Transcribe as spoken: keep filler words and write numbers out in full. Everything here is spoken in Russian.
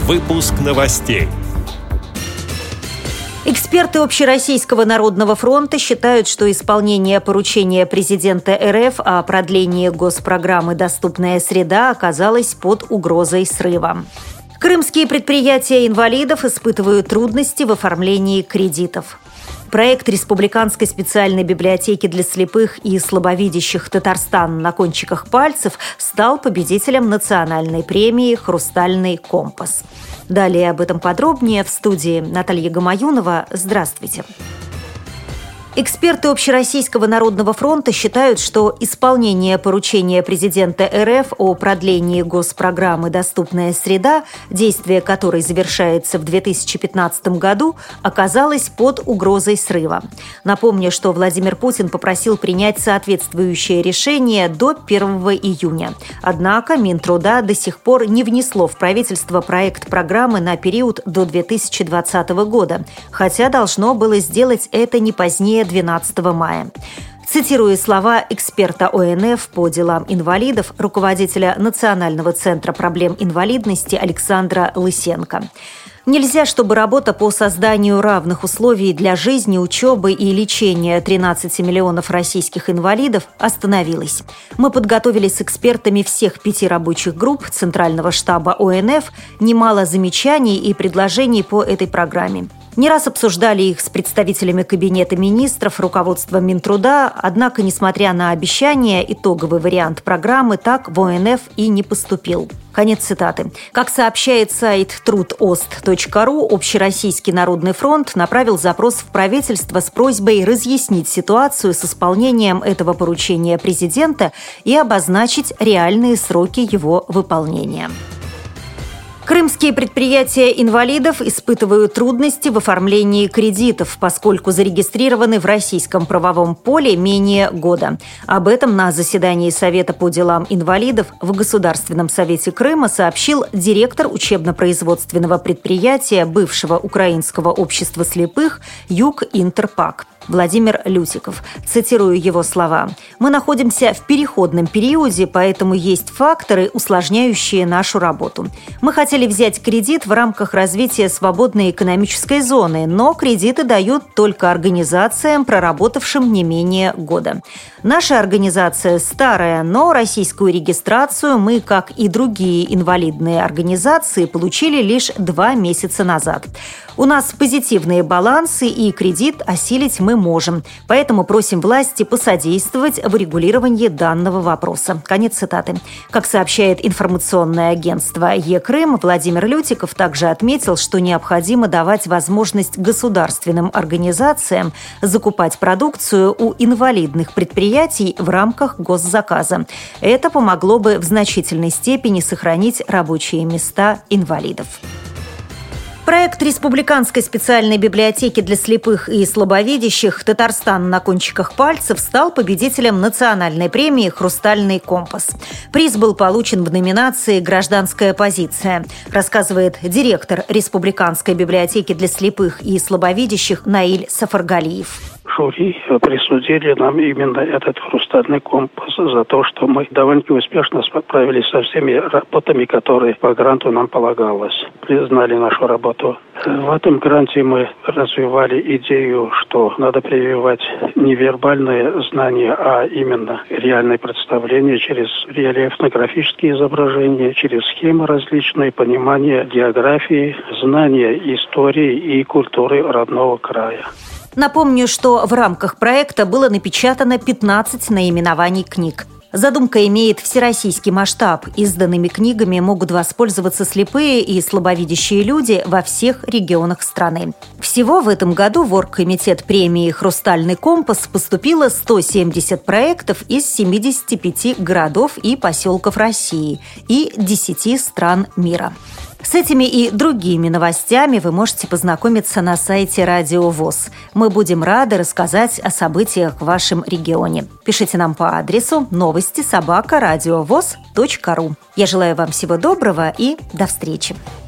Выпуск новостей. Эксперты Общероссийского народного фронта считают, что исполнение поручения президента РФ о продлении госпрограммы «Доступная среда» оказалось под угрозой срыва. Крымские предприятия инвалидов испытывают трудности в оформлении кредитов. Проект Республиканской специальной библиотеки для слепых и слабовидящих «Татарстан на кончиках пальцев» стал победителем национальной премии «Хрустальный компас». Далее об этом подробнее в студии Наталья Гамаюнова. Здравствуйте. Эксперты Общероссийского народного фронта считают, что исполнение поручения президента РФ о продлении госпрограммы «Доступная среда», действие которой завершается в две тысячи пятнадцатом году, оказалось под угрозой срыва. Напомню, что Владимир Путин попросил принять соответствующее решение до первого июня. Однако Минтруда до сих пор не внесло в правительство проект программы на период до две тысячи двадцатого года, хотя должно было сделать это не позднее двенадцатого мая. Цитирую слова эксперта О Н Ф по делам инвалидов, руководителя Национального центра проблем инвалидности Александра Лысенко. Нельзя, чтобы работа по созданию равных условий для жизни, учебы и лечения тринадцати миллионов российских инвалидов остановилась. Мы подготовили с экспертами всех пяти рабочих групп Центрального штаба О Н Ф немало замечаний и предложений по этой программе. Не раз обсуждали их с представителями Кабинета министров, руководством Минтруда, однако, несмотря на обещания, итоговый вариант программы так в О Н Ф и не поступил. Конец цитаты. Как сообщает сайт трудост точка ру, Общероссийский народный фронт направил запрос в правительство с просьбой разъяснить ситуацию с исполнением этого поручения президента и обозначить реальные сроки его выполнения. Крымские предприятия инвалидов испытывают трудности в оформлении кредитов, поскольку зарегистрированы в российском правовом поле менее года. Об этом на заседании Совета по делам инвалидов в Государственном совете Крыма сообщил директор учебно-производственного предприятия бывшего Украинского общества слепых «Юг-Интерпак» Владимир Лютиков. Цитирую его слова. «Мы находимся в переходном периоде, поэтому есть факторы, усложняющие нашу работу. Мы хотели взять кредит в рамках развития свободной экономической зоны, но кредиты дают только организациям, проработавшим не менее года. Наша организация старая, но российскую регистрацию мы, как и другие инвалидные организации, получили лишь два месяца назад. У нас позитивные балансы, и кредит осилить мы можем. Поэтому просим власти посодействовать в урегулировании данного вопроса». Конец цитаты. Как сообщает информационное агентство «Е-Крым», Владимир Лютиков также отметил, что необходимо давать возможность государственным организациям закупать продукцию у инвалидных предприятий в рамках госзаказа. Это помогло бы в значительной степени сохранить рабочие места инвалидов. Проект Республиканской специальной библиотеки для слепых и слабовидящих «Татарстан на кончиках пальцев» стал победителем национальной премии «Хрустальный компас». Приз был получен в номинации «Гражданская позиция», рассказывает директор Республиканской библиотеки для слепых и слабовидящих Наиль Сафаргалиев. Жюри присудили нам именно этот «Хрустальный компас» за то, что мы довольно успешно справились со всеми работами, которые по гранту нам полагалось. Признали нашу работу. В этом гранте мы развивали идею, что надо прививать не вербальные знания, а именно реальное представление через рельефно-графические изображения, через схемы различные, понимание географии, знания истории и культуры родного края. Напомню, что в рамках проекта было напечатано пятнадцать наименований книг. Задумка имеет всероссийский масштаб. Изданными книгами могут воспользоваться слепые и слабовидящие люди во всех регионах страны. Всего в этом году в оргкомитет премии «Хрустальный компас» поступило сто семьдесят проектов из семидесяти пяти городов и поселков России и десяти стран мира. С этими и другими новостями вы можете познакомиться на сайте Радио ВОС. Мы будем рады рассказать о событиях в вашем регионе. Пишите нам по адресу новости собака радиовос точка ру. Я желаю вам всего доброго и до встречи.